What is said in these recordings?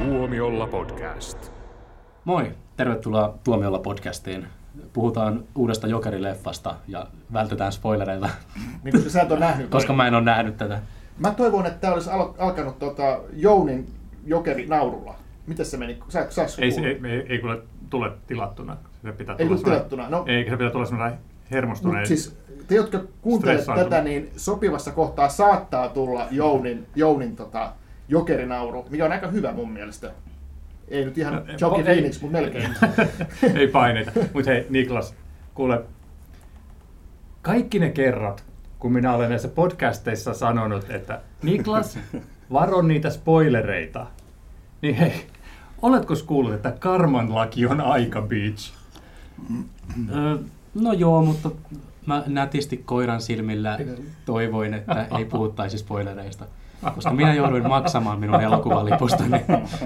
Tuomiolla podcast. Moi, tervetuloa Tuomiolla podcastiin. Puhutaan uudesta Jokeri-leffasta ja vältetään spoilereita. Niin, koska sä et ole nähnyt. Koska mä en ole nähnyt tätä. Mä toivon, että tää olisi alkanut Jounin Jokeri-naurulla. Miten se meni? Ei kuule tule tilattuna. Se pitää ei tule tilattuna? No, ei, se pitää tulla semmoinen hermostuneen. Siis te, jotka kuuntelet tätä, niin sopivassa kohtaa saattaa tulla Jounin Jokerinauru, mikä on aika hyvä mun mielestä. Ei nyt ihan Joker Phoenix, mutta melkein. Ei paineita. Mutta hei Niklas, kuule, kaikki ne kerrat, kun minä olen näissä podcasteissa sanonut, että Niklas, varo niitä spoilereita, niin hei, oletko kuullut, että karman laki on aika, bitch? No joo, mutta mä nätisti koiran silmillä toivoin, että ei puhuttaisi spoilereista. Koska minä jouduin maksamaan minun elokuvalipustani.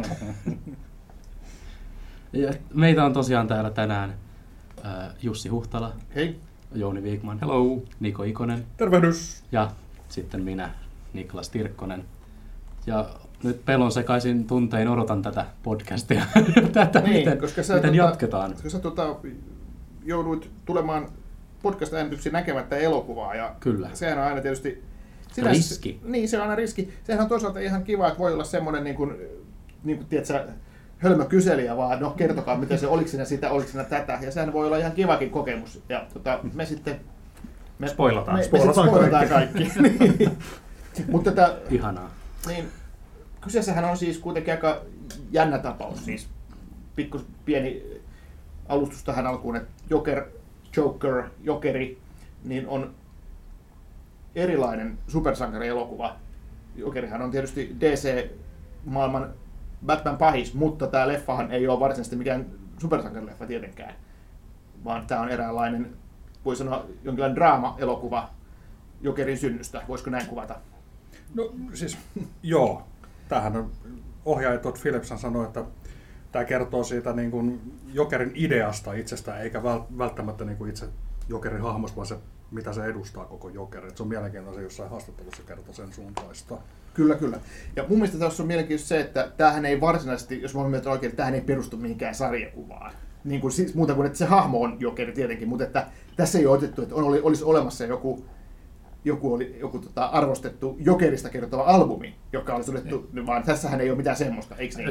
Meitä on tosiaan täällä tänään Jussi Huhtala. Hei. Jouni Viikman. Hello. Niko Ikonen. Tervehdys. Ja sitten minä, Niklas Tirkkonen. Ja nyt pelon sekaisin tuntein odotan tätä podcastia. Niin, miten jatketaan. Koska sä jouduit tulemaan podcast-äänityksiin näkemättä elokuvaa. Ja kyllä. Sehän on aina tietysti riski. Niin, se on aina riski. Sehän on toisaalta ihan kiva, että voi olla semmoinen niin kuin tiedätkö, hölmö kyselijä, vaan no kertokaa, miten se, oliko siinä sitä, oliko siinä tätä. Ja sehän voi olla ihan kivakin kokemus. Ja me sitten spoilataan kaikki. Niin. Mutta ihanaa. Niin, kyseessähän on siis kuitenkin aika jännä tapaus. Siis pieni alustus tähän alkuun, että Jokeri, niin on erilainen supersankarielokuva. Jokerihan on tietysti DC-maailman Batman pahis, mutta tämä leffahan ei ole varsinaisesti mikään supersankarileffa tietenkään, vaan tämä on eräänlainen, voi sanoa, jonkinlainen draama-elokuva Jokerin synnystä. Voisiko näin kuvata? No siis, joo. Tämähän on ohjaaja Todd Phillipshan sanoi, että tämä kertoo siitä niin kuin Jokerin ideasta itsestään, eikä välttämättä niin kuin itse Jokerin hahmosta, vaan se, mitä se edustaa koko Jokeri. Se on mielenkiintoista, jossain haastattelussa kertoo sen suuntaista. Kyllä. Ja mun mielestä tässä on mielenkiintoista se, että tämähän ei varsinaisesti, jos mä olen oikein, että tämähän ei perustu mihinkään sarjakuvaan. Niin kuin, siis, muuta kuin, että se hahmo on Jokeri tietenkin, mutta että tässä ei ole otettu, että olisi olemassa joku arvostettu Jokerista kertova albumi, joka olisi otettu, vaan tässähän ei ole mitään semmoista, eikö niin?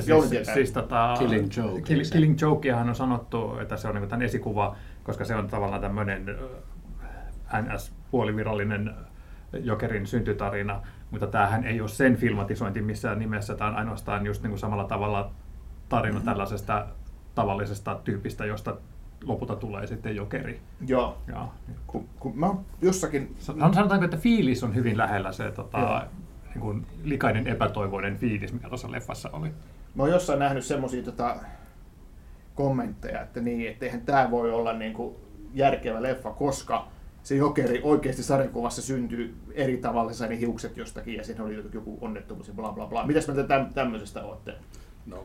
Killing Jokeahan on sanottu, että se on niin tämän esikuva, koska se on tavallaan tämmöinen NS-puolivirallinen Jokerin syntytarina, mutta tämähän ei ole sen filmatisointi missään nimessä, tämä on ainoastaan just niin kuin samalla tavalla tarina tällaisesta tavallisesta tyypistä, josta lopulta tulee sitten Jokeri. Joo. Kun mä oon jossakin... Sanotaanko, että fiilis on hyvin lähellä se niin kuin likainen epätoivoinen fiilis, mikä tuossa leffassa oli. Mä oon jossain nähnyt semmosia kommentteja, että niin, etteihän tää voi olla niin kuin järkevä leffa, koska se Jokeri oikeasti sarjakuvassa syntyy eri tavalla, sai ne hiukset jostakin ja siinä oli joku onnettomuus ja bla bla bla. Mitäs mieltä tämmöisestä ootte? No.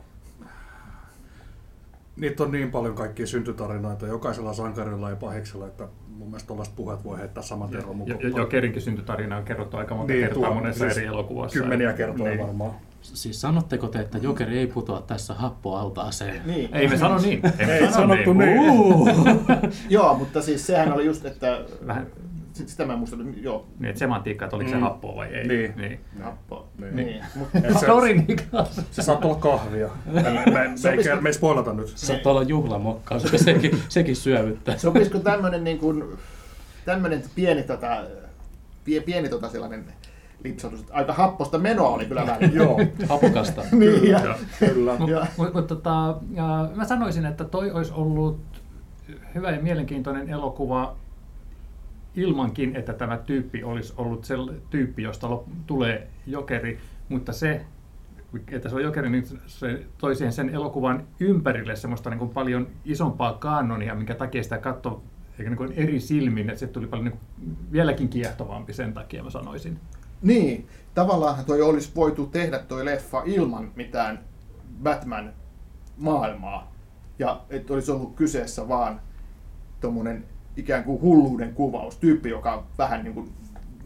Niitä on niin paljon kaikkia syntytarinoita, jokaisella sankarilla ja pahiksella, että mun mielestä tuollaiset puheet voi heittää saman terron mukaan. Jokerinkin syntytarina on kerrottu aika monta kertaa monessa eri elokuvassa. Kymmeniä kertoja varmaan. Siis sanotteko te, että Jokeri ei putoa tässä happoaltaaseen? Niin. Ei me sano niin. Ei sanottu niin. Joo, mutta siis sehän oli just, että... Vähän. Sitä mä en muista, joo. Niin, että semantiikka, että oliko se happoa vai ei. Niin. Happoa. Niin. Sori Niklas. Se saattaa olla kahvia. Me ei spoilata nyt. Se saattaa olla juhlamokkaus, sekin syövyttää. Sopisiko tämmönen niin kuin, pieni sellainen lipsatus, että aika happosta menoa oli kyllä vähän. Joo. Hapokasta. Niin, kyllä. Mutta mä sanoisin, että toi olisi ollut hyvä ja mielenkiintoinen elokuva ilmankin, että tämä tyyppi olisi ollut se tyyppi, josta tulee Jokeri, mutta se, että se on Jokeri, niin se toi siihen sen elokuvan ympärille semmoista niin kuin paljon isompaa kanonia, minkä takia sitä katsoi niin kuin eri silmin, että se tuli paljon niin kuin vieläkin kiehtovampi sen takia, mä sanoisin. Niin, tavallaan toi olisi voitu tehdä toi leffa ilman mitään Batman-maailmaa, ja että olisi ollut kyseessä vaan tommonen ikään kuin hulluuden kuvaus, tyyppi, joka vähän niin kuin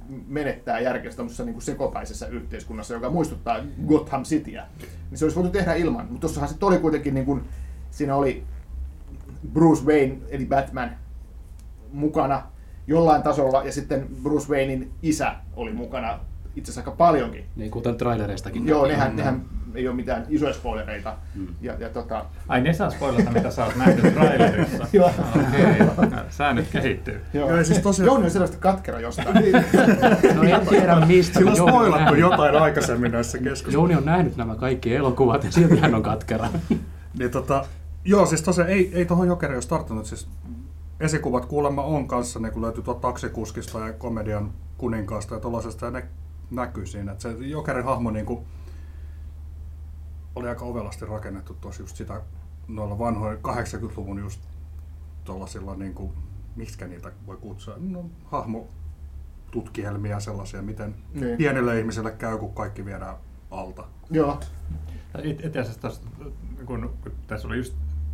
menettää järkeä tämmöisessä niin kuin sekopäisessä yhteiskunnassa, joka muistuttaa Gotham Cityä. Niin se olisi voitu tehdä ilman, mutta tossahan sitten oli kuitenkin, niin kuin, siinä oli Bruce Wayne eli Batman mukana jollain tasolla, ja sitten Bruce Waynein isä oli mukana itse asiassa aika paljonkin. Niin kuten trailereistakin. Joo, nehän ei ole mitään isoja spoilereita. Ai ne saa spoilata, mitä sä oot nähnyt trailerissa. Joo. Okei, säännöt kehittyy. Joo. Siis tosiaan... Jouni on selvästi katkera jostain. No en tiedä mistä. Sillä on spoilattu jotain aikaisemmin näissä keskusteluissa. Jouni on nähnyt nämä kaikki elokuvat ja silti hän on katkera. Niin, joo, siis tosiaan ei tuohon Jokeriin olisi tarttunut. Siis esikuvat kuulemma on kanssa, ne kun löytyy tuolta Taksikuskista ja Komedian kuninkaasta ja tuollaisesta, ja ne näkyy siinä. Että se Jokerin hahmo niin oli aika ovelasti rakennettu tuossa just sitä noilla vanhoilla 80-luvun just tuollaisilla, niin kuin, miksikä niitä voi kutsua, no, hahmotutkielmia sellaisia, miten pienelle ihmiselle käy, kun kaikki viedään alta. Joo. Itse asiassa kun tässä oli just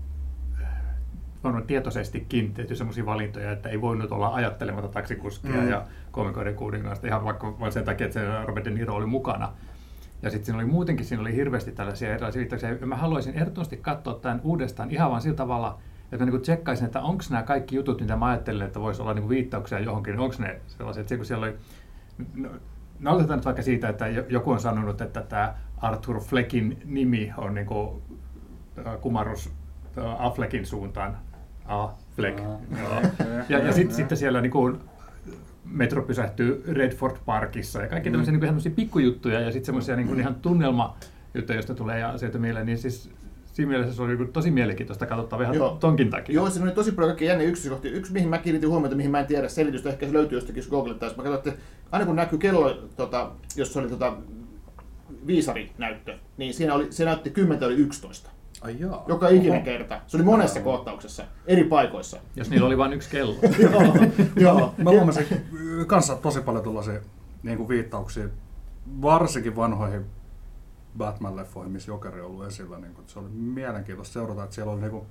on tietoisestikin tehty sellaisia valintoja, että ei voinut olla ajattelematta Taksikuskia ja Koomikoiden kuningasta ihan vaikka vain sen takia, että se Robert De Niro oli mukana. Ja sitten siinä oli hirveästi tällaisia erilaisia viittauksia. Mä haluaisin ehdottomasti katsoa tämän uudestaan ihan vaan sillä tavalla, että mä niin tsekkaisin, että onko nämä kaikki jutut, mitä mä ajattelen, että voisi olla niin viittauksia johonkin, onko ne sellaiset, että kun siellä oli... No aloitetaan nyt vaikka siitä, että joku on sanonut, että tämä Arthur Fleckin nimi on niin kuin kumarrus Affleckin suuntaan. Fleck. Ja sitten siellä niin kuin metro pysähtyy Redford Parkissa ja kaikki tämmöisiä niin pikkujuttuja ja sitten semmoisia niin ihan tunnelmajuttuja, joista tulee ja sieltä mieleen, niin siis siinä mielessä se oli tosi mielenkiintoista katsottavaa ihan tonkin takia. Joo, siinä oli tosi paljon kaikki jänne yksityiskohtia. Yksi, mihin mä kiinnitin huomiota, mihin mä en tiedä selitystä, ehkä se löytyy jostakin, jos googlettaisiin. Mä katsoin, että aina kun näkyy kello, jos oli viisarinäyttö, niin se näytti 10 oli 11. Ai jaa. Joka ikinen kerta. Se oli monessa kohtauksessa, eri paikoissa. Jos niillä oli vain yksi kello. Joo. Mä huomasin kanssa tosi paljon tuollaisia niin viittauksia, varsinkin vanhoihin Batman-leffoihin, missä Jokeri on ollut esillä. Niin se oli mielenkiintoista seurata, että siellä oli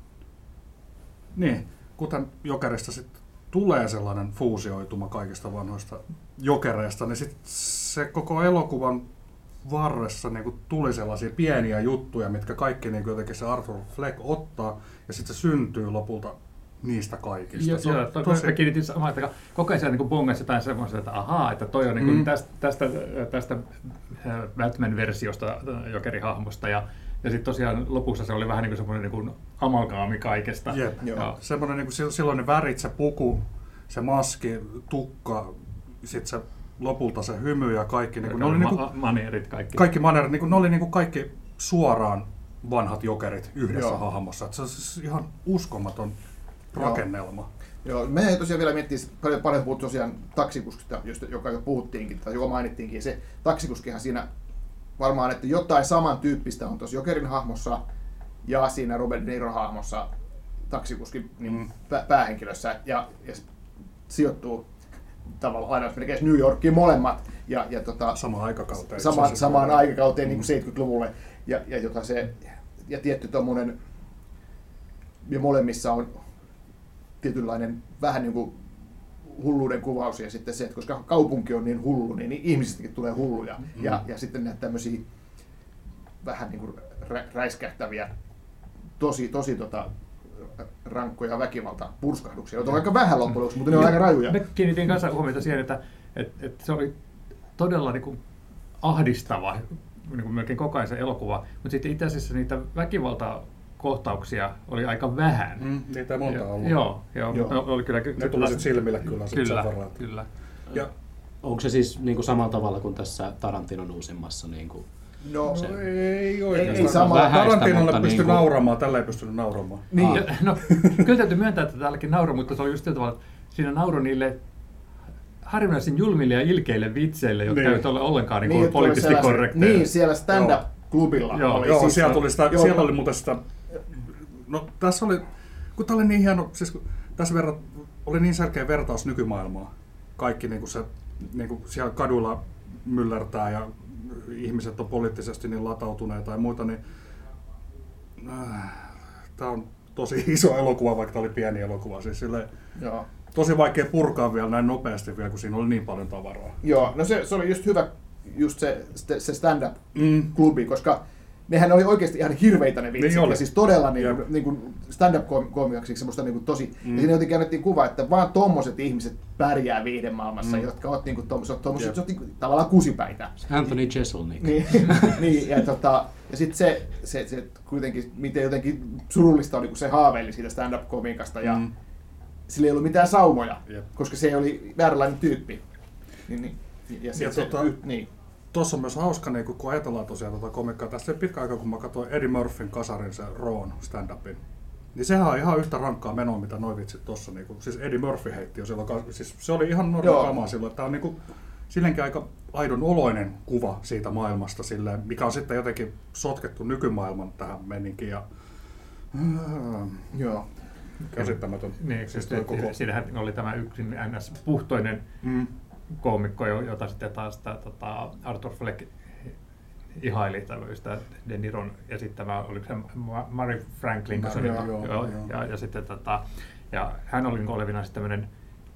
niin, kuten Jokerista sitten tulee sellainen fuusioituma kaikista vanhoista Jokereista, niin sitten se koko elokuvan varressa niin tuli sellaisia pieniä juttuja, mitkä kaikki niin jotenkin se Arthur Fleck ottaa, ja sitten se syntyy lopulta niistä kaikista. Joo, tosi... kiinnitin samaan, että koko ajan niin bongasi jotain semmoista, että ahaa, että toi on niin tästä Batman-versiosta Jokeri-hahmosta, ja sitten tosiaan lopussa se oli vähän niin kuin semmoinen niin amalgaami kaikesta. Semmoinen niin kuin silloin värit, se puku, se maski, tukka, sitten se lopulta se hymy ja kaikki. Niin ne oli maneerit kaikki. Kaikki maneerit, niin ne oli niin kuin kaikki suoraan vanhat Jokerit yhdessä hahmossa. Että se on siis ihan uskomaton rakennelma. Joo, me ei tosiaan vielä miettiä, paljon puhuttu tosiaan Taksikuskista, joka jo puhuttiinkin, tai joka mainittiinkin. Se Taksikuskihan siinä varmaan, että jotain samantyyppistä on tuossa Jokerin hahmossa ja siinä Robert De Niro hahmossa Taksikuskin niin päähenkilössä ja sijoittuu tavallaan lainausmerkeissä New Yorkiin molemmat. Samaan aikakauteen. Samaan aikakauteen niin kuin 70-luvulle. Ja tietty tommonen, ja molemmissa on tietynlainen vähän niin kuin hulluuden kuvaus ja sitten se, että koska kaupunki on niin hullu, niin ihmisistäkin tulee hulluja. Ja sitten näitä tämmöisiä vähän niin kuin räiskähtäviä, tosi rankkoja väkivalta-purskahduksia. On aika vähän loppujen lopuksi, mutta ne on aika rajuja. Me kiinnitin kanssa huomiota siihen, että se oli todella niin kuin ahdistava, niin kuin melkein koko ajan se elokuva, mutta sitten itse asiassa niitä väkivaltakohtauksia oli aika vähän. Niitä ei monta ollut. Joo. Oli kyllä, ne tuli sitten silmille kyllä. Ja onko se siis niin kuin samalla tavalla kuin tässä Tarantinon uusimmassa? Niin kuin no ei oikeastaan. Ei samalla. Tarantinolle pysty nauramaan, tällä ei pystynyt nauramaan. Niin. No, kyllä täytyy myöntää, että täälläkin nauroi, mutta se oli just tavalla, että siinä nauroi niille harvinaisen julmille ja ilkeille vitseille, jotka eivät ole ollenkaan niin poliittisesti korrekteja. Niin, siellä stand-up-klubilla oli. Joo, siellä oli muuten sitä... No tässä oli, kun tämä oli niin hieno, siis tässä oli niin selkeä vertaus nykymaailmaa. Kaikki niin kuin se, niin kuin siellä kaduilla myllertää ja ihmiset on poliittisesti niin latautuneita ja muita, niin tämä on tosi iso elokuva, vaikka tämä oli pieni elokuva. Siis silleen, tosi vaikea purkaa vielä näin nopeasti vielä, kun siinä oli niin paljon tavaraa. Joo, no se oli just hyvä, just se stand-up-klubi, koska nehän oli oikeasti ihan hirveitä ne vitsit, ja siis todella niin stand-up-koomikaksi semmoista niin tosi, ja siinä jotenkin annettiin kuva, että vaan tommoset ihmiset pärjää viihdemaailmassa, jotka ovat niin tommoset niin tavallaan kusipäitä. Anthony Jeselnik. Niin, ja sitten se kuitenkin, miten jotenkin surullista oli, kun se haaveili siitä stand-up-komiikasta, ja sillä ei ollut mitään saumoja, koska se oli vääränlainen tyyppi. Tuossa on myös hauska, niin kun ajatellaan tosiaan komikkaa. Tässä ei pitkä aika, kun mä katsoin Eddie Murphyn kasarin sen Rawn stand-upin. Niin sehän on ihan yhtä rankkaa menoa, mitä noi vitsit tuossa. Niin siis Eddie Murphy heitti jo silloin. Siis se oli ihan normaali silloin. Tämä on niin silleenkin aika aidon oloinen kuva siitä maailmasta, silleen, mikä on sitten jotenkin sotkettu nykymaailman tähän meininkiin. Joo. Käsittämätön. Niin, siis siinähän oli tämä yksin ns. Puhtoinen koomikko, jota sitten taas Arthur Fleck ihaili tämmöistä De Niron esittämää, oliko se Murray Franklin, ja sitten ja hän oli olevina sitten tämmöinen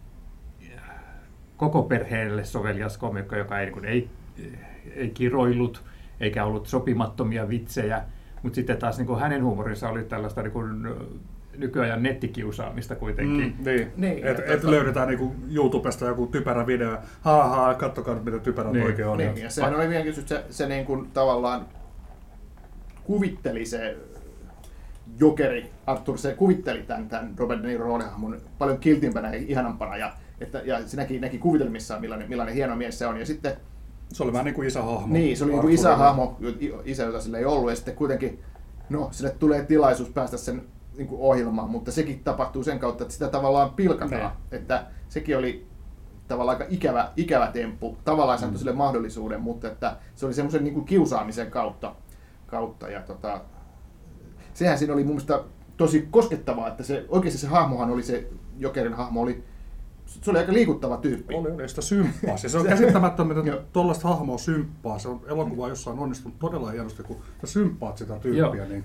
koko perheelle sovelias koomikko, joka ei kiroillut eikä ollut sopimattomia vitsejä, mutta sitten taas niin kuin hänen huumorinsa oli tällaista niin kuin nykyajan nettikiusaamista kuitenkin. Niin. Et löydetään niinku YouTubesta joku typerä video, kattokaa mitä typerät oikein on. Niin, ja sehän oli vielä just se niin kuin tavallaan kuvitteli se jokeri, Arthur, se kuvitteli tämän Robert De Niro roolihahmon paljon kiltimpänä ja ihanampana, ja se näki kuvitelmissaan, millainen hieno mies se on. Ja sitten, se oli vähän niin kuin isähahmo. Niin, se oli niin kuin isähahmo, isä, jota sillä ei ollut, ja sitten kuitenkin sille tulee tilaisuus päästä sen niin kuin ohjelmaan, mutta sekin tapahtuu sen kautta, että sitä tavallaan pilkataan, että sekin oli tavallaan aika ikävä temppu, tavallaan se antoi sille mahdollisuuden, mutta että se oli semmoisen niin kuin kiusaamisen kautta ja sehän siinä oli mun mielestä tosi koskettavaa, että oikeasti se hahmohan oli se Jokerin hahmo, se oli aika liikuttava tyyppi. Oli sitä symppaa. Se on käsittämättömän, että tuollaista hahmoa symppaa. Se on elokuva jossain onnistunut todella hienosti, kun sä symppaat sitä tyyppiä. Niin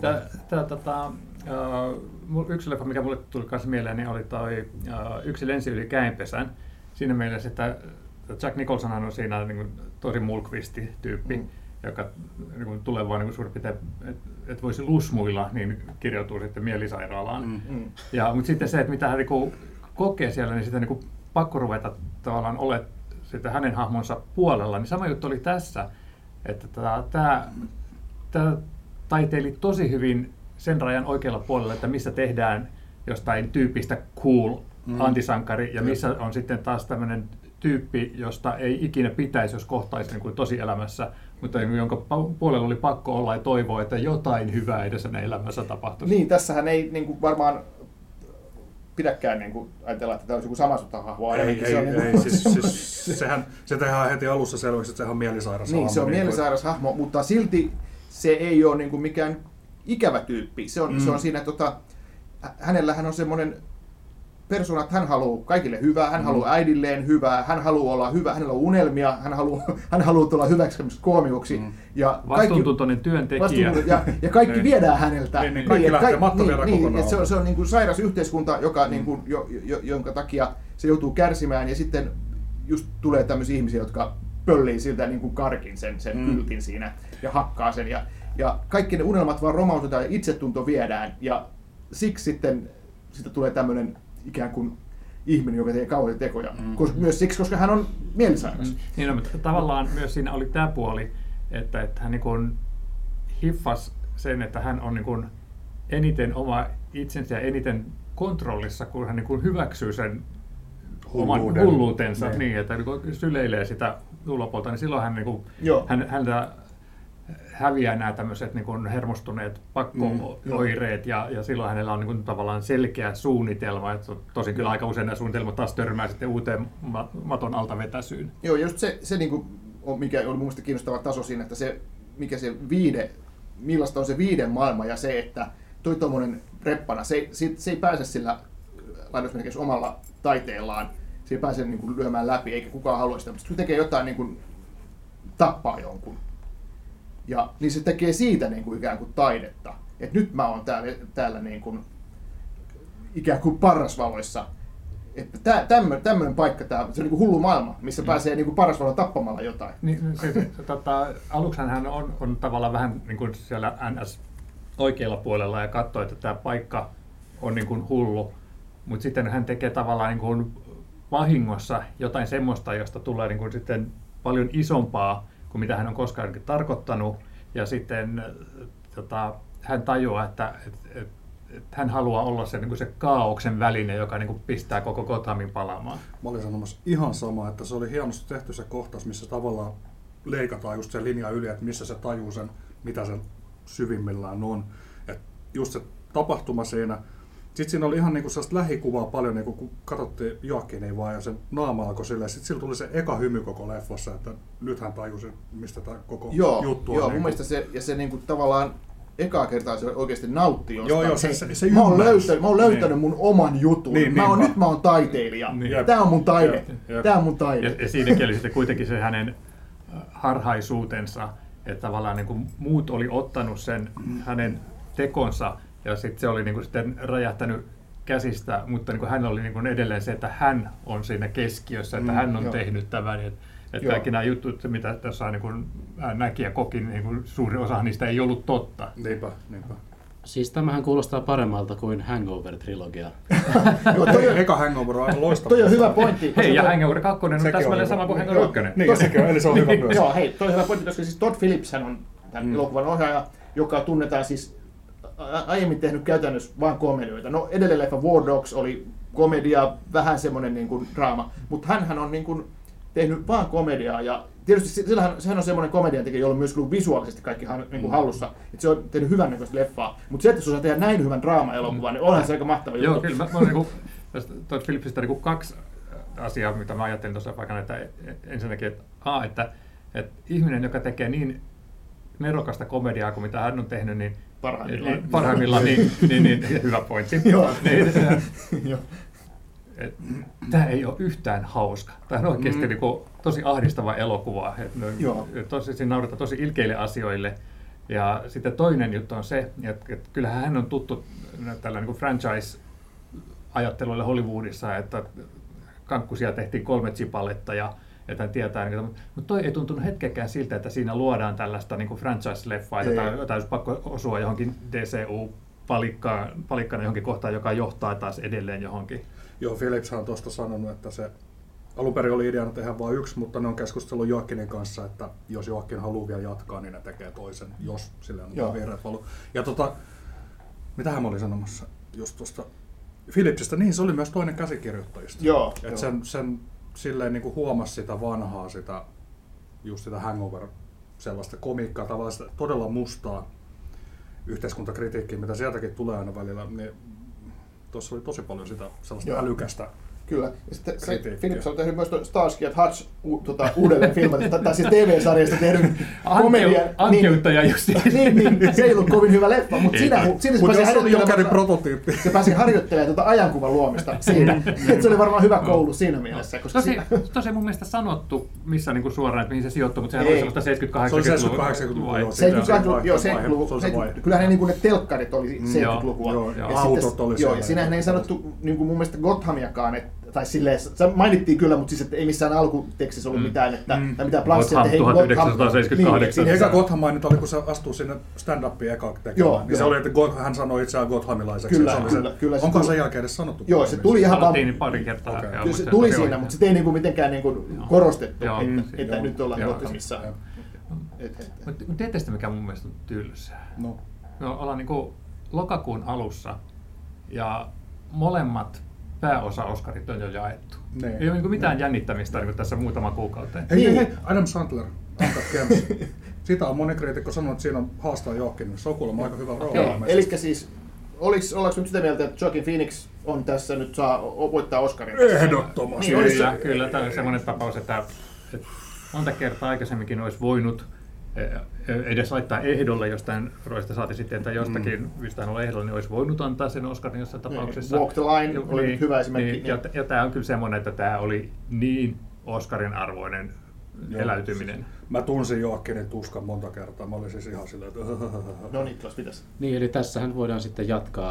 yksi leffa, mikä mulle tuli kanssa mieleen, niin oli toi Yksi lensi yli käenpesän. Siinä mielessä, että Jack Nicholsonhan on siinä niin kuin tosi Mulkvisti-tyyppi, joka niin tulee vaan niin suurin piirtein, että voisi lusmuilla, niin kirjautuu sitten mielisairaalaan. Mutta sitten se, että mitä hän niin kokee siellä, niin sitä niin pakko ruveta tavallaan olemaan sitten hänen hahmonsa puolella. Niin sama juttu oli tässä, että tämä taiteili tosi hyvin sen rajan oikealla puolella, että missä tehdään jostain tyypistä cool antisankari ja missä on sitten taas tämmöinen tyyppi, josta ei ikinä pitäisi, jos kohtaisi niin kuin tosielämässä, mutta jonka puolella oli pakko olla ja toivoa, että jotain hyvää edes hänen elämässä tapahtuisi. Niin, tässähän ei niin kuin varmaan pidäkään niin kuin ajatella, että tämä olisi joku samaisuuttahahvo. Se tehdään heti alussa selväksi, että sehän on mielisairas hahmo. Niin, se on mielisairas hahmo, mutta silti se ei ole niin kuin mikään ikävä tyyppi. Se on siinä, hänellähän on semmoinen persona, että hän haluaa kaikille hyvää, hän haluaa äidilleen hyvää, hän haluaa olla hyvä, hänellä on unelmia, hän haluaa tulla hyväksi koomikoksi. Vastuuntuntoinen työntekijä. Ja kaikki viedään häneltä. Kaikki lähtee matto viedä kokonaan. Se on niin kuin sairas yhteiskunta, jonka takia se joutuu kärsimään, ja sitten just tulee tämmöisiä ihmisiä, jotka pöllii siltä niin kuin karkin sen kyltin siinä ja hakkaa sen. Ja kaikki ne unelmat vaan romautetaan ja itsetunto viedään, ja siksi sitten tulee tämmöinen ikään kuin ihminen, joka tekee kauheita tekoja. Myös siksi, koska hän on mielisairas. Niin, mutta tavallaan myös siinä oli tämä puoli, että hän niin kuin hiffasi sen, että hän on niin kuin eniten oma itsensä ja eniten kontrollissa, kun hän niin kuin hyväksyy sen oman hulluutensa, niin, että niin syleilee sitä tulopuolta, niin silloin hän, niin kuin, häntä häviää nämä tämmöiset niin kuin hermostuneet pakko-oireet, ja silloin hänellä on niin kuin tavallaan selkeä suunnitelma, että tosin kyllä aika usein nämä suunnitelmat taas törmää sitten uuteen maton alta vetäsyyn. Joo, just se niin kuin, mikä oli mun mielestä kiinnostava taso siinä, että millaista on se viiden maailma, ja se, että toi tommonen reppana, se ei pääse sillä lainausmerkeissä omalla taiteellaan, se ei pääse niin kuin lyömään läpi, eikä kukaan halua sitä, mutta se tekee jotain niin kuin tappaa jonkun. Ja niin se tekee siitä niin kuin ikään kuin taidetta. Et nyt mä oon täällä niin kuin ikään kuin parrasvaloissa. että tämmöinen paikka, se on niin kuin hullu maailma, missä pääsee niin kuin paras valo tappamalla jotain. Aluksihan hän on tavallaan vähän niin kuin siellä NS oikealla puolella ja katsoo, että tämä paikka on niin kuin hullu, mutta sitten hän tekee tavallaan niin kuin vahingossa jotain semmoista, josta tulee niin kuin sitten paljon isompaa kuin mitä hän on koskaan tarkoittanut, ja sitten hän tajuaa, että hän haluaa olla se, niin kuin se kaaoksen väline, joka niin kuin pistää koko Gothamin palaamaan. Mä olin sanomassa ihan sama, että se oli hienosti tehty se kohtaus, missä tavallaan leikataan just se linja yli, että missä se tajuu sen, mitä se syvimmillään on. Et just se tapahtuma siinä. Sitten siinä oli ihan niinku sellaista lähikuvaa paljon, niinku kun katsottiin Joakinia vaan ja sen naama alkoi silleen. Sitten sillä tuli se eka hymy koko leffassa, että nyt hän tajusi, mistä tämä koko juttu on. Joo, mun mielestä se niinku tavallaan ekaa kertaa se oikeasti nautti jostain. Joo, se mä oon löytänyt mun oman jutun. Nyt mä oon taiteilija. Tää on mun taide. Tää on mun taide. Ja siinäkin oli sitten kuitenkin se hänen harhaisuutensa, että tavallaan niin kuin muut oli ottanut sen hänen tekonsa ja sitten se oli niin kuin sitten räjähtänyt käsistä, mutta niin kuin hän oli niin kuin edelleen se, että hän on siinä keskiössä, että hän on tehnyt tämän. Että kaikki nämä jutut, mitä tässä niin kuin näki ja koki, niin kuin suuri osa niistä ei ollut totta. Niinpä. Siis tämähän kuulostaa paremmalta kuin Hangover-trilogia. Eka Hangover on loistava. Toi on hyvä pointti. Hei, ja Hangover 2 on täsmälleen sama kuin Hangover 1. Niin, sekin on, eli se on hyvä myös. Joo, hei, toi on hyvä pointti, koska siis Todd Phillips on tämän elokuvan ohjaaja, joka tunnetaan siis aiemmin tehnyt käytännössä vain komedioita. No edellinen leffa War Dogs oli komedia, vähän semmoinen niin kuin draama, mutta hänhän on niin kuin tehnyt vaan komediaa ja tietysti sehän on semmoinen komediantekijä, jolla on myös visuaalisesti kaikki niin kuin hallussa, että se on tehnyt hyvän näköistä leffaa, mutta se, että se osaa tehdä näin hyvän draama-elokuvan, niin onhan se aika mahtava juttu. Joo, kyllä. Mä olen Todd Phillipsistä niin 2 asiaa, mitä mä ajattelin tuossa paikana, että ensinnäkin, että ihminen, joka tekee niin nerokasta komediaa kuin mitä hän on tehnyt, niin parhaimmillaan niin hyvä pointti. Tämä ei ole yhtään hauska. Tämä on oikeasti tosi ahdistava elokuva. Siinä nauretaan tosi ilkeille asioille. Ja sitten toinen juttu on se, että kyllähän hän on tuttu tällä niin kuin franchise-ajatteluille Hollywoodissa, että kankkusia tehtiin 3 chipaletta ja että hän tietää, mutta toi ei tuntunut hetkeäkään siltä, että siinä luodaan tällaista niin kuin franchise-leffaa, jota olisi pakko osua johonkin DCU-palikkana johonkin kohtaan, joka johtaa taas edelleen johonkin. Joo, Phillips on tuosta sanonut, että se alun perin oli ideana tehdä vain yksi, mutta ne on keskustellut Joakinin kanssa, että jos Joakin haluaa vielä jatkaa, niin ne tekee toisen, jos sille on vihreät valu. Ja mitähän mä olin sanomassa just tuosta Phillipsistä, niin se oli myös toinen käsikirjoittajista. Että sen silleen niin kuin huomasi sitä vanhaa, just sitä Hangover, sellaista komiikkaa, tavallaan sitä todella mustaa yhteiskuntakritiikkiä, mitä sieltäkin tulee aina välillä, niin tuossa oli tosi paljon sitä sellaista älykästä. Kyllä. Ja sitten Phillips on tehnyt myös Starsky & Hutch uudelleen filmat, tai siis TV-sarjasta tehnyt komedian. Ankeuttaja just. Niin, se ei ollut kovin hyvä leffa, mutta siinä se oli Jokerin prototyyppi. Se pääsi harjoittelemaan ajankuvan luomista siinä. Se oli varmaan hyvä koulu siinä mielessä. Tosi mun mielestä sanottu, missä niinku suoraan, että mihin se sijoittuu, mutta sehän oli sellaista 70-80-luvua. Se oli 70-luvua. Kyllähän ne telkkarit oli 70-lukua. Autot oli siellä. Ja siinähän ei sanottu mun mielestä Gothamiakaan, tai silleen, se mainittiin kyllä, mutta siis että ei missään alkutekstissä ollut mitään, että mitään plassia, että hei, 1978. Eka Gotham mainita oli, kun se astuu sinne stand-upiin eka tekemään. Niin se oli, että hän sanoi itseään gothamilaiseksi. Kyllä. Onko sen jälkeen edes sanottu? Joo, se tuli ihan vaan pari kertaa. Se tuli siinä, mutta sitä ei mitenkään korostettu, että nyt ollaan Gothamissa. Mutta tiedätte sitä, mikä mun mielestä on tylsää? No. Me ollaan lokakuun alussa ja molemmat pääosa-Oscarit on jo jaettu. Ei ole mitään jännittämistä tässä muutama kuukauteen. Hei, Adam Sandler, Uncut Gems. Sitä on moni kriitikko sanonut, että siinä on haastaa Joakin. Se on kuulemma aika hyvä rooli. Eli siis, ollaanko nyt sitä mieltä, että Joaquin Phoenix on tässä nyt saa voittaa Oscarin? Ehdottomasti. Kyllä, tämä on semmoinen tapaus, että monta kertaa aikaisemminkin olisi voinut edes laittaa ehdolle jostain roista, saati sitten, että jostakin, mistä hän on ehdolla, niin olisi voinut antaa sen Oscarin jossain tapauksessa. Walk the Line oli hyvä esimerkki. Ja tämä on kyllä semmoinen, että tämä oli niin Oscarin arvoinen eläytyminen. Mä tunsin Joakinin tuskan monta kertaa. Mä olin siis ihan silleen, että... No Niklas, mitäs? Niin, eli tässähän voidaan sitten jatkaa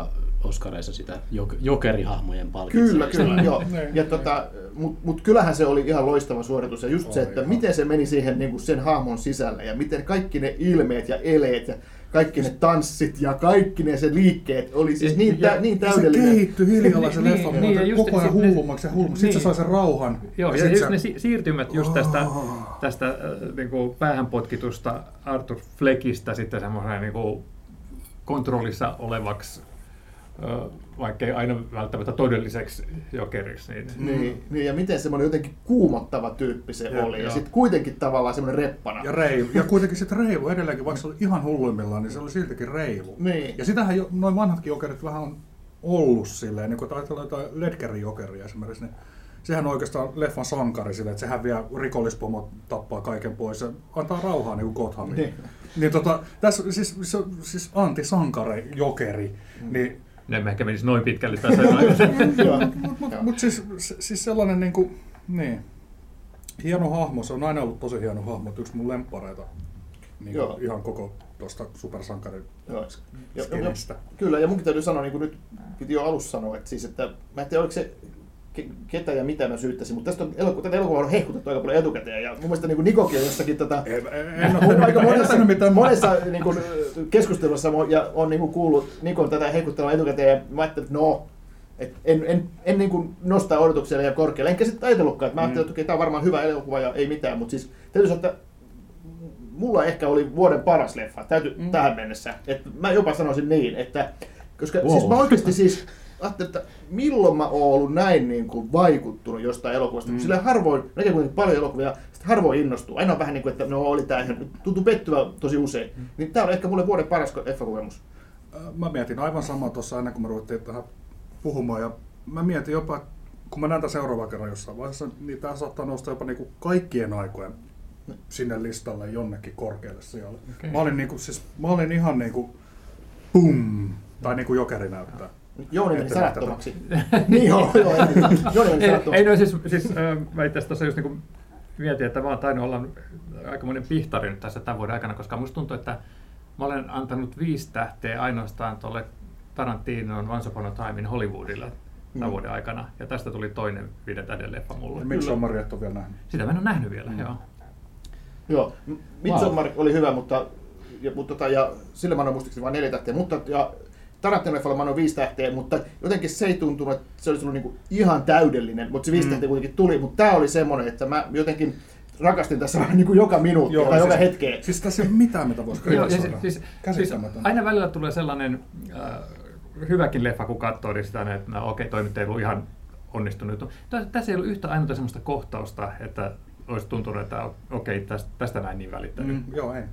Oscareissa sitä jokerihahmojen palkitsemista. Kyllä, joo. Ja mut kyllähän se oli ihan loistava suoritus. Ja just se, että miten se meni siihen niin kuin sen hahmon sisälle ja miten kaikki ne ilmeet ja eleet ja kaikki ne tanssit ja kaikki ne sen liikkeet oli siis niin täydellinen. Se kehittyi hiljalla se leffa, koko ajan hullummaksi ja hullummaksi. Sitten se sai sen rauhan. Joo, ja just ne siirtymät just tästä niin kuin päähän potkitusta Arthur Fleckistä sitten semmoisen niin kuin kontrollissa olevaksi, vaikkei aina välttämättä todelliseksi jokeriksi. Niin, ja miten semmoinen jotenkin kuumottava tyyppi se oli, ja sitten kuitenkin tavallaan semmoinen reppana. Ja reilu, ja kuitenkin sitten reilu edelleenkin, vaikka se oli ihan hulluimmillaan, niin se oli siltikin reilu. Niin. Ja sitähän noin vanhatkin jokerit vähän on ollut silleen, niin kun ajatellaan jotain Ledgerin jokeria esimerkiksi, niin sehän on oikeastaan leffan sankari silleen, että sehän vie rikollispomot, tappaa kaiken pois ja antaa rauhaa niin kuin Gothamiin. Niin tässä siis antisankari jokeri, niin en ehkä menisi noin pitkälle tässä. Mutta siis sellainen niin, hieno hahmo, se on aina ollut tosi hieno hahmo, yksi mun lemppareita niin ihan koko tuosta supersankarin skenestä. Kyllä, ja munkin täytyy sanoa, niin kuin nyt piti jo alussa sanoa, että mä en tiedä oliko se ketä ja mitä mä syyttäisin, mutta tätä elokuvaa on hehkutettu aika paljon etukäteen, ja mun mielestä niin Nikokin on jossakin aika monessa niin kuin, keskustelussa ja on niin kuin, kuullut Nikon tätä hehkuttelua etukäteen, ja mä ajattelin, että en niin kuin nostaa odotuksia liian korkealle, enkä sitten ajatellutkaan, että mä ajattelin, että tämä on varmaan hyvä elokuva ja ei mitään, mutta siis täytyy sanoa, että mulla ehkä oli vuoden paras leffa tähän mennessä, että mä jopa sanoisin niin, että koska siis mä oikeasti siis ajattelin, että milloin mä oon ollut näin niin kuin vaikuttunut jostain elokuvasta, kun sillä harvoin, näkee kuitenkin paljon elokuvia, sitten harvoin innostuu. Aina on vähän niin kuin, että oli tää ihan, tuntuu pettyvä tosi usein. Niin tää on ehkä mulle vuoden paras leffakokemus. Mä mietin aivan samaa tuossa ennen kuin me ruvettiin tähän puhumaan, ja mä mietin jopa, kun mä näen tämän seuraavan kerran jossain vaiheessa, niin tää saattaa nousta jopa niin kuin kaikkien aikojen sinne listalle jonnekin korkealle sijalle. Okay. Mä olin ihan niin kuin pum, tai niin kuin jokeri näyttää. Jouni meni sanattomaksi. Niin joo. Jouni meni sanattomaksi. Ei no siis mä itse asiassa just niin mietin, että mä oon tainnut olla aikamoinen pihtari nyt tässä tämän vuoden aikana, koska musta tuntuu, että mä olen antanut 5 tähteä ainoastaan tuolle Tarantinon Once Upon a Time in Hollywoodilla tämän vuoden aikana. Ja tästä tuli toinen 5 tähden leffa mulle. Ja Midsommar et ole vielä nähnyt? Sitä mä en ole nähnyt vielä, joo. Joo, Midsommar oli hyvä, mutta sillä mä annoin muistaakseni vain 4 tähteä, ja Tarantino-leffalla mä annoin 5 tähteä, mutta jotenkin se ei tuntunut, että se olisi ollut niinku ihan täydellinen, mutta se 5 tähteä kuitenkin tuli, mutta tää oli semmoinen, että mä jotenkin rakastin tässä vähän niin kuin joka minuutti tai joka hetkeen. Siis tässä ei ole mitään, mitä voisi kritisoida. Siis aina välillä tulee sellainen hyväkin leffa, kun katsoo, niin sitä, että toi nyt ei ollut ihan onnistunut. Tässä ei ollut yhtä ainoa semmoista kohtausta, että olisi tuntunut, että tästä näin niin välittänyt. Joo, ei.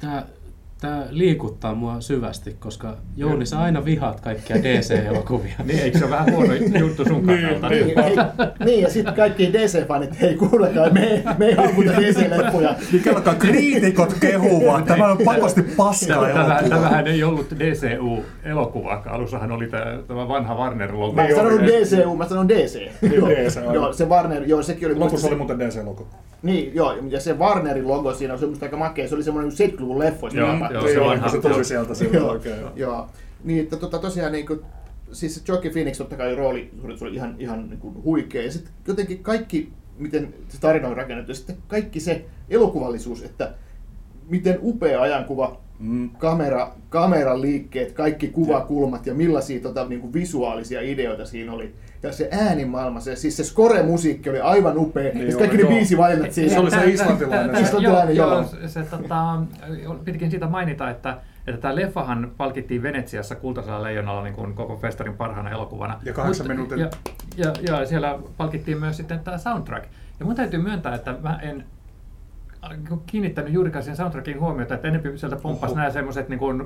Tämä liikuttaa mua syvästi, koska Jouni, sä aina vihaat kaikkia DC-elokuvia. Niin, eikö se ole vähän huono juttu sun kannalta? Niin, ja sitten kaikki DC-fanit, hei kuulekaan, me ei haukuta DC-leffoja. Niin kellokaan kriitikot kehuvat, tämä on pakosti paskaa elokuva. Tämähän ei ollut DCU-elokuva, alussahan oli tämä vanha Warner-logo. Mä sanon DCU, mä sanon DC. Joo, se Warner, sekin oli... Lopussa oli muuten DC-logo. Niin, joo, ja se Warnerin logo siinä on semmoista aika makea, se oli semmoinen 70-luvun leffoista. Joo, se vanha. Se tuli sieltä silloin oikein. Joo. Niin, että tosiaan niin kuin, siis Joaquin Phoenix totta kai rooli oli ihan niin kuin huikea. Ja sitten jotenkin kaikki, miten se tarina on rakennettu, ja sitten kaikki se elokuvallisuus, että miten upea ajankuva, kameran liikkeet, kaikki kuvakulmat ja millaisia niin kuin visuaalisia ideoita siinä oli. Ja se äänimaailma, siis se score-musiikki oli aivan upea. Niin kaikki ne biisivalinnat siinä. Se oli se islantilainen. Joo, pitikin siitä mainita, että tämä leffahan palkittiin Venetsiassa Kultaisella leijonalla niin kuin koko festarin parhaana elokuvana. Ja 8 minuutin. Ja siellä palkittiin myös sitten tämä soundtrack. Ja mun täytyy myöntää, että mä en kiinnittänyt juurikaan siihen soundtrackiin huomiota, että enemmän sieltä pomppasi nämä semmoiset niin kuin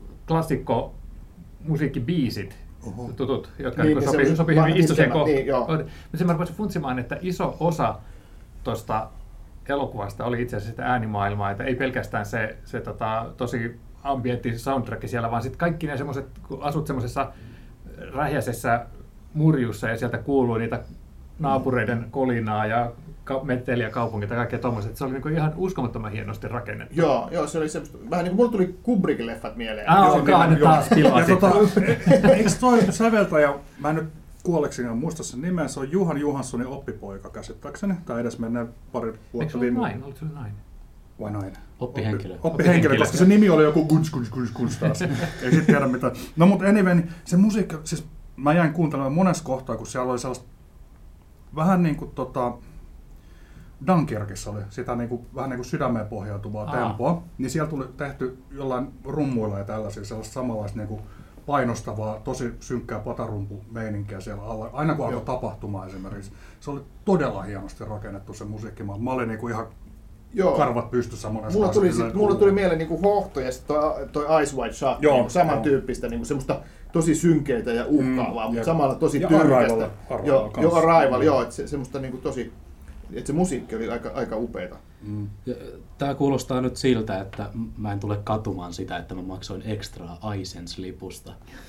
klassikko-musiikkibiisit, tutut, jotka niin sopii hyvin istuseen kohtaan. Mutta sen mä rupesin funtsimaan, että iso osa tuosta elokuvasta oli itse asiassa sitä äänimaailmaa, että ei pelkästään se tosi ambientti soundtrack siellä, vaan sitten kaikki ne semmoiset, kun asut semmoisessa rähjäisessä murjussa ja sieltä kuuluu niitä naapureiden kolinaa ja meteliä kaupungit ja kaikkea tommoset. Se oli niinku ihan uskomattoman hienosti rakennettu. Joo, se oli semmoista, vähän niin kuin mulle tuli Kubrickin leffat mieleen. Onkaan ne taas pilasit. Eikö toi säveltäjä, mä en nyt kuollekseni muista sen nimen, se on Johan Johanssonin oppipoika käsittääkseni, tai edes menneen pari Eikö vuotta se ollut nainen? Oliko se nainen? Vai nainen? Oppihenkilö. Koska se nimi oli joku Kunst taas. Ei sit tiedä mitä. No mutta anyway, niin se musiikki, siis mä jäin kuuntelemaan monessa kohtaa, kun siellä oli sellaista vähän niin kuin Dunkirkissa oli sitä niin kuin, vähän niin kuin sydämeen pohjautuvaa tempoa, niin siellä tuli tehty jollain rummuilla ja tällaisia sellaista samanlaista niin kuin painostavaa, tosi synkkää patarumpumeininkiä siellä alla. Aina kun alkoi tapahtumaan esimerkiksi. Se oli todella hienosti rakennettu se musiikki. Mä olin niin kuin ihan karvat pystyssä monessa mulla tuli mieleen niinku Hohto ja sitten toi Ice White Shot, niinku samantyyppistä, niinku semmoista tosi synkeitä ja uhkaavaa, mutta samalla tosi tyylikästä. Arrival, että semmoista niinku tosi, että se musiikki oli aika upeata. Tämä kuulostaa nyt siltä, että mä en tule katumaan sitä, että mä maksoin ekstraa Aisens-lipusta,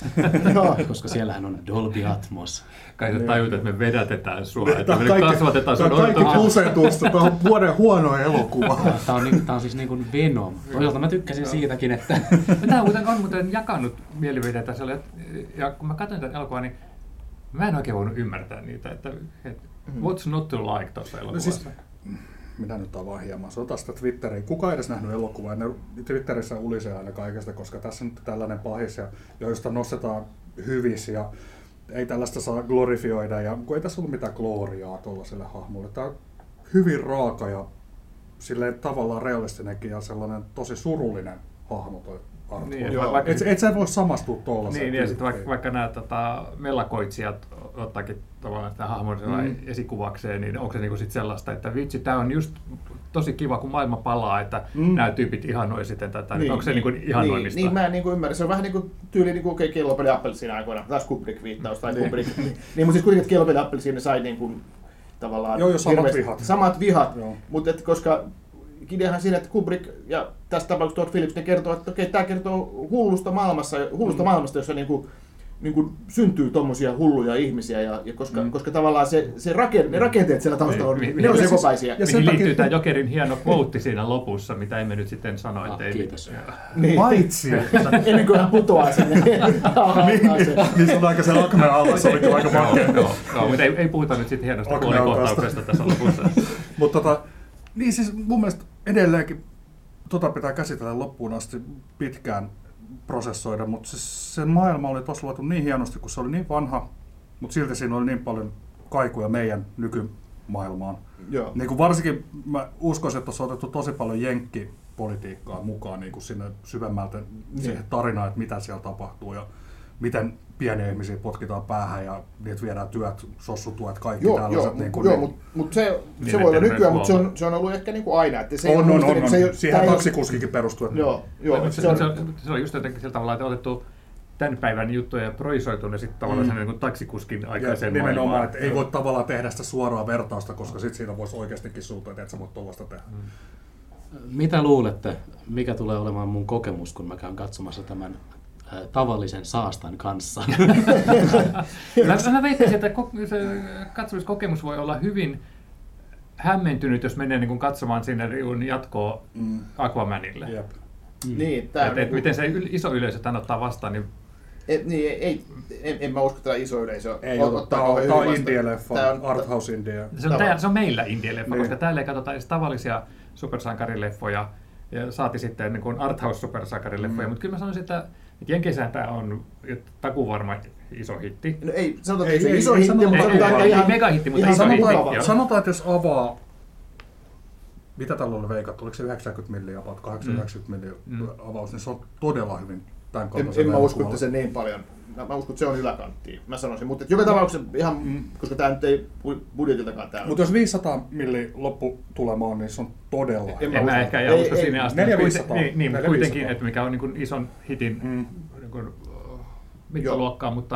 koska siellähän on Dolby Atmos. Kai sä tajut, että me vedätetään sua, että me kasvatetaan sun kaikki kusetusta, tämä on vuoden huono elokuva. Tämä on siis niin kuin Venom. Toisaalta mä tykkäsin siitäkin, että... Tämä on muuten jakanut mielipiteitä, ja kun mä katsoin tämän elokuvan, niin mä en oikein voinut ymmärtää niitä, että what's not to like tuossa elokuvassa? Minä nyt avaan hieman. Se on taas Twitteriin. Kuka ei edes nähnyt elokuvaa? Ne Twitterissä ulisee aina kaikesta, koska tässä on nyt tällainen pahis, joista nostetaan hyvissä ja ei tällaista saa glorifioida. Ja kun ei tässä ollut mitään gloriaa tuollaiselle hahmolle. Tämä on hyvin raaka ja silleen tavallaan realistinenkin ja sellainen tosi surullinen hahmo toi Arthur. Niin, et sä voi samastua tuollaiseen. Niin, ja sitten vaikka nämä mellakoitsijat ottaakin tavallaan sitä hahmon esikuvakseen, niin onko se niinku sit sellaista, että vitsi, tämä on just tosi kiva, kun maailma palaa, että nämä tyypit ihanoi sitten tätä. Onko se niinku ihannoinnista? Niin, mä en niinku ymmärrä. Se on vähän niin kuin tyyli niin kuin Kellopeli Appelsiin aikoina. Taas Kubrick-viittaus tai Kubrick. Niin, mutta siis kuitenkin Kellopeli Appelsiin ne sai niinku tavallaan samat vihat. Mutta koska ideahan siinä, että Kubrick ja tässä tapauksessa Todd Phillips ne kertoo, että okei, tämä kertoo hullusta maailmasta, jossa niin kuin syntyy tommosia hulluja ihmisiä, ja koska tavallaan ne rakenteet siellä taustalla on sekopäisiä. Ja mihin liittyy tämä Jokerin hieno quote siinä lopussa, mitä emme nyt sitten sano, että ei... Kiitos. Niin. Paitsi! Ennen kuin hän putoaa sinne. Niin se on aika se akmeen alla, se oli aika makea. Mutta ei puhuta nyt sitten hienosta kuolikohtauksesta tässä lopussa. Mutta niin siis mun mielestä edelleenkin pitää käsitellä loppuun asti pitkään prosessoida, mutta se maailma oli tuossa luotu niin hienosti, kun se oli niin vanha, mutta silti siinä oli niin paljon kaikuja meidän nykymaailmaan. Niin kuin varsinkin mä uskoisin, että tuossa on otettu tosi paljon jenkkipolitiikkaa mukaan niin kuin sinne syvemmältä siihen tarinaan, että mitä siellä tapahtuu ja miten pieniä ihmisiä potkitaan päähän ja niitä viedään työt, sossutuet, kaikki tällaiset. Mutta se voi olla nykyään, mutta se on ollut ehkä niin kuin aina. Että se on. Siihen taksikuskikin perustuu. Se on just jotenkin sillä tavalla, että otettu tämän päivän juttuja ja projisoitu ne sitten tavallaan sen niin taksikuskin aikaisen maailmaan. Nimenomaan, että ei voi tavallaan tehdä sitä suoraa vertausta, koska sitten siitä voisi oikeastikin suutua, että et sä voit tuollaista tehdä. Mitä luulette, mikä tulee olemaan mun kokemus, kun mä käyn katsomassa tämän tavallisen saastan kanssa? Mä veittäisin, että se katsomiskokemus voi olla hyvin hämmentynyt, jos menee niin katsomaan sinne riun jatkoa Aquamanille. Jep. Niin, miten se iso yleisö tämän ottaa vastaan, niin... En mä usko, että tämä iso yleisö ottaa hyvin vastaan. Tämä on indie-leffa, arthouse indie. Se on meillä indie-leffa, niin. Koska täällä ei katsota edes tavallisia supersankarileffoja, ja saati sitten niin kuin arthouse-supersankarileffoja, mutta kyllä mä sanoisin, että Jenkeissä tämä on takuvarma iso hitti. No ei, sanotaan, että se iso hitti, mutta sanotaan ihan megahitti, mutta iso hitti. Sanotaan, että jos avaa, mitä tällä oli veikattu, oliko se 90 milliä, 80 milliä avaus, niin se on todella hyvin tämän kaltaisen. En mä usko, että se niin paljon. Mä uskon, että se on yläkanttiin, mä sanoisin. Mutta joka tapauksessa ihan, koska tämä nyt ei budjetiltakaan täällä. Mutta jos 500 milliä lopputulema on, niin se on todella. En mä ehkä usko sinne asti. 400. Niin, kuitenkin, että mikä on niin ison hitin mittaluokkaa, mutta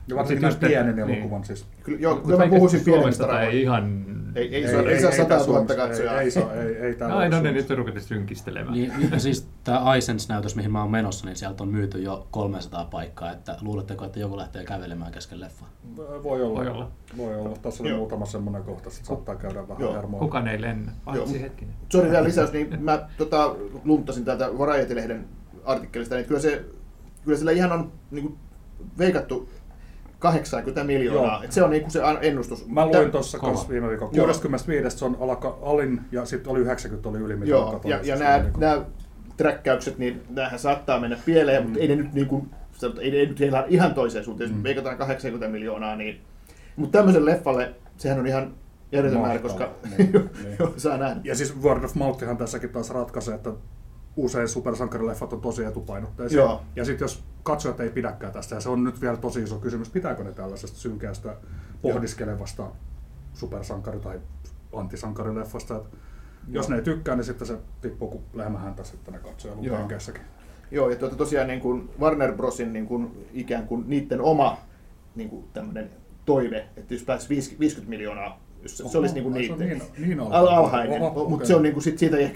Ja varsinkin näin pienen elokuvan siis. Kyllä mä puhuisin pienemmistä rahoista. Ei ihan... Ei saa 100 000 katsojaa. Ei täällä Aina ne nyt rupeat synkistelemään. Ja siis tämä Isens-näytös, mihin mä oon menossa, niin sieltä on myyty jo 300 paikkaa, että luuletteko, että joku lähtee kävelemään kesken leffaa? Voi olla. Tässä oli muutama semmoinen kohta, että saattaa käydä vähän hermoa. Kukaan ei lennä, paitsi hetkinen. Sori vielä lisäys, niin mä lunttasin täältä Variety-lehden artikkelista, niin kyllä sillä ihan on niin kuin veikattu 80 miljoonaa. Se on niin kuin se ennustus. Mä luin tuossa kanssa viime viikon. 65 se on alin ja sitten oli 90 oli ylimitoitettu. Joo, ja nämä träkkäykset, niin näähän saattaa mennä pieleen, mutta ei ne nyt, niin kuin, ei ne nyt ihan toiseen suuntaan. Jos veikataan 80 miljoonaa, niin... Mutta tämmöisen leffalle sehän on ihan järjetön määrä, koska saa nähdä. Ja siis Word of Mouthihan tässäkin taas ratkaisee, että usein supersankarileffat on tosi etupainotteisia. Joo. Ja sitten jos katsojat ei pidäkään tästä, ja se on nyt vielä tosi iso kysymys, pitääkö ne tällaisesta synkeästä pohdiskelevasta supersankari- tai antisankarileffasta. Jos ne ei tykkää, niin sitten se tippuu kuin lehmähäntä sitten ne katsojaluvun henkeissäkin. Joo, ja tosiaan niin kuin Warner Brosin niin kuin ikään kuin niiden oma niin kuin tämmöinen toive, että jos pääsisi 50 miljoonaa, se olisi niin kuin niiden alhainen, mutta se on niin kuin siitä ehkä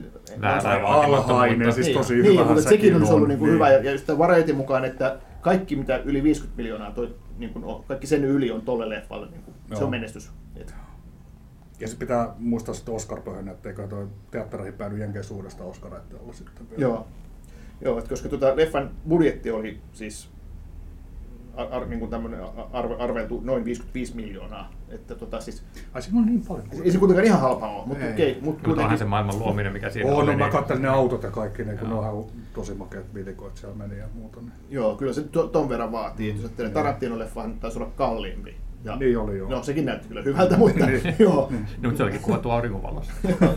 alhainen, siis tosi hyvä. Niin, mutta sekin olisi ollut niin kuin hyvä, ja just Varietyn mukaan, että kaikki mitä yli 50 miljoonaa, niin kuin, kaikki sen yli on tolle leffalle, niin kuin, se on menestys. Ja sitten pitää muistaa sitten Oscar-pöhön, etteikö tuo teattereihin päädy jenkeissä uudestaan Oscar-ajatteella sitten. Joo, että koska leffan budjetti oli siis niin kuin tämmöinen arveltu noin 55 miljoonaa. Että siis, ai siinä on niin paljon. Ei se kuitenkaan ihan halpaa ole, mutta okei. Mutta onhan se maailman luominen, mikä siinä oli. Mä katselin ne autot ja kaikki, niin kun ne onhan tosi makeat vidikoit siellä meni ja muuta. Niin. Joo, kyllä se ton verran vaatii. Jos ajattelee, Tarantino-leffahan taisi olla kalliimpi. Ja, niin oli joo. No sekin näytti kyllä hyvältä, mutta joo. No, mutta se olikin kuvattu auringonvalossa.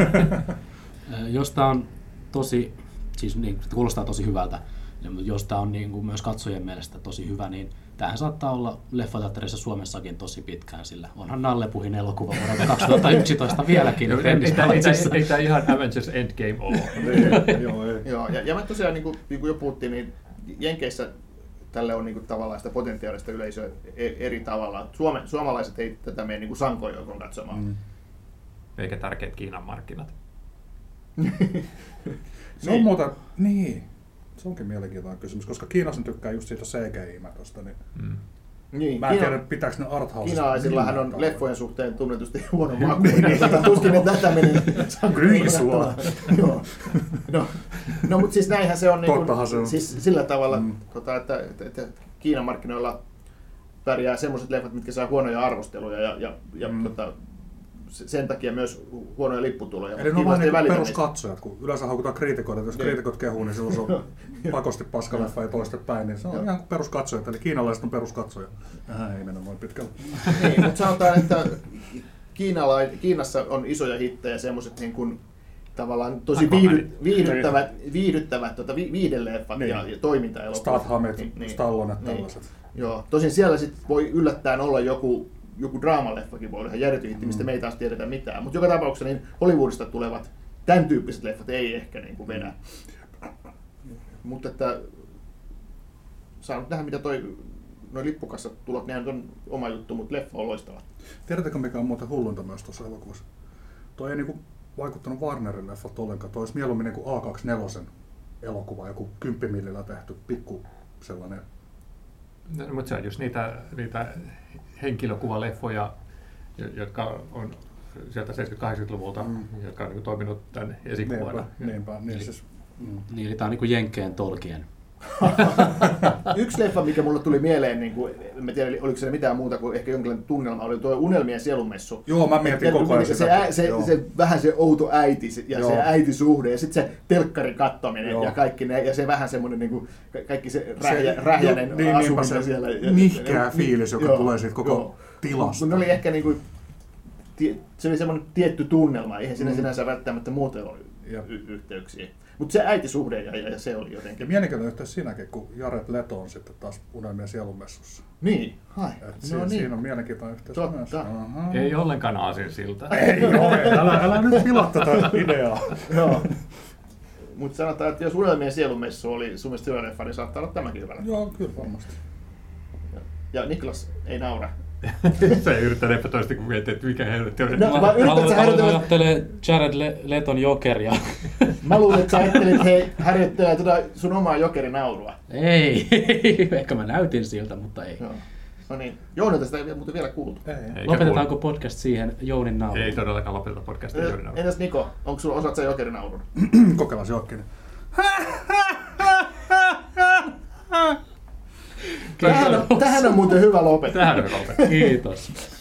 Jos tää on tosi, siis niin, kuulostaa tosi hyvältä, jos tää on niin kuin myös katsojien mielestä tosi hyvä, niin tämähän saattaa olla leffateatterissa Suomessakin tosi pitkään, sillä onhan Nalle Puhin elokuva vuodelta 2011 vieläkin. Ei tämä ihan Avengers Endgame ole. Joo, ja mä tosiaan, niin kuin jo puhuttiin, niin Jenkeissä tälle on niin kuin tavallaan sitä potentiaalista yleisöä eri tavalla. Suomalaiset ei tätä mene niin kuin sankojoukon katsomaan. Eikä tärkeät Kiinan markkinat. Se on muuta, niin. Se onkin mielenkiintoinen kysymys, koska Kiinassa tykkää just siitä CGI-mätöstä. Niin mä en tiedä, pitääkö ne arthouse. Kiinalaisillahan on leffojen suhteen tunnetusti huono maku, niin tuskin ne tätä menee Griisua. No mutta siis näinhän se on, niin kuin, siis sillä tavalla, että Kiinan markkinoilla pärjää semmoiset leffat, mitkä saa huonoja arvosteluja ja sen takia myös huonoja lipputuloja. Eli ne on vain niin peruskatsojat, kun yleensä haukutaan kriitikoita, että jos kriitikot kehuu, niin silloin se on pakosti paskaleffa ja toistepäin, niin se on ihan kuin peruskatsojat, eli kiinalaiset on peruskatsoja. Ei mennä noin pitkälle. Niin, mutta sanotaan, että Kiinassa on isoja hittejä, semmoiset niin kuin tavallaan tosi viihdyttävät viihdeleffat ja toimintaelokuvia. Stathamit, Stallonet, tällaiset. Joo, tosin siellä sit voi yllättäen olla joku draamaleffakin voi olla ihan järjetön hitti, mistä me ei taas tiedetä mitään. Mutta joka tapauksessa niin Hollywoodista tulevat tämän tyyppiset leffat ei ehkä niin kuin vedä. Mutta että saa nyt nähdä, mitä noi lippukassat tulot, nehän on oma juttu, mutta leffa on loistava. Tiedättekö mikä on muuten hullunta myös tuossa elokuvassa? Toi ei niinku vaikuttanut Warnerin leffat ollenkaan. Toi olisi mieluummin niin kuin A24 elokuva, joku 10 millillä tehty pikku sellainen. No, mutta se on just niitä henkilökuvaleffoja, jotka on sieltä 70-80-luvulta, jotka on niin toiminut tämän esikuvana. Niinpä. Niin, eli tämä on niin kuin Jenkkeen Tolkien. Yksi leffa, mikä mulle tuli mieleen, niin kuin, en tiedä oliko se mitään muuta kuin ehkä jonkinlainen tunnelma, oli tuo Unelmien sielunmessu. Joo, mä mietin koko ajan sitä. Se vähän se outo äiti ja se äitisuhde ja sitten se telkkarin katsominen ja kaikki ne, ja se vähän semmoinen niin kuin, kaikki se rähjäinen asuminen siellä. Nihkeä fiilis, joka tulee siitä koko tilasta. Ne oli ehkä niin kuin, se oli semmoinen tietty tunnelma, eihän siinä sinänsä välttämättä muuten ole yhteyksiä. Mutta se äitisuhde ja se oli jotenkin. Ja mielenkiintoinen yhteys siinäkin, kun Jared Leto on sitten taas Unelmien sielunmessussa. Niin, Siinä on mielenkiintoinen yhteys myös. Ei ollenkaan aasinsilta. Ei ole, älä nyt pilaa tätä ideaa. Joo. Mutta sanotaan, että jos Unelmien sielunmessu oli sun mielestä hyvä leffa, niin saattaa olla tämäkin hyvä leffa. Joo, kyllä varmasti. Ja Niklas ei naura. Se yrittää epätoisesti, kun mietit, että mikä helvetti on. No, mä yritän, että sä ajattelee Jared Leton Jokeria. Mä luulen, että sä ajattelit, että he harjoittelee sun omaa jokerinaurua. Ei, ehkä mä näytin siltä, mutta ei. Joo. No niin, Jounilta sitä ei muuten vielä kuultu. Lopetetaanko podcast siihen Jounin nauruun? Ei todellakaan lopeteta podcastia Jounin nauruun. Entäs Niko, osaat sä jokerinaurun? Kokeillaan jokeri. Tähän on muuten hyvä lopettaa. Kiitos.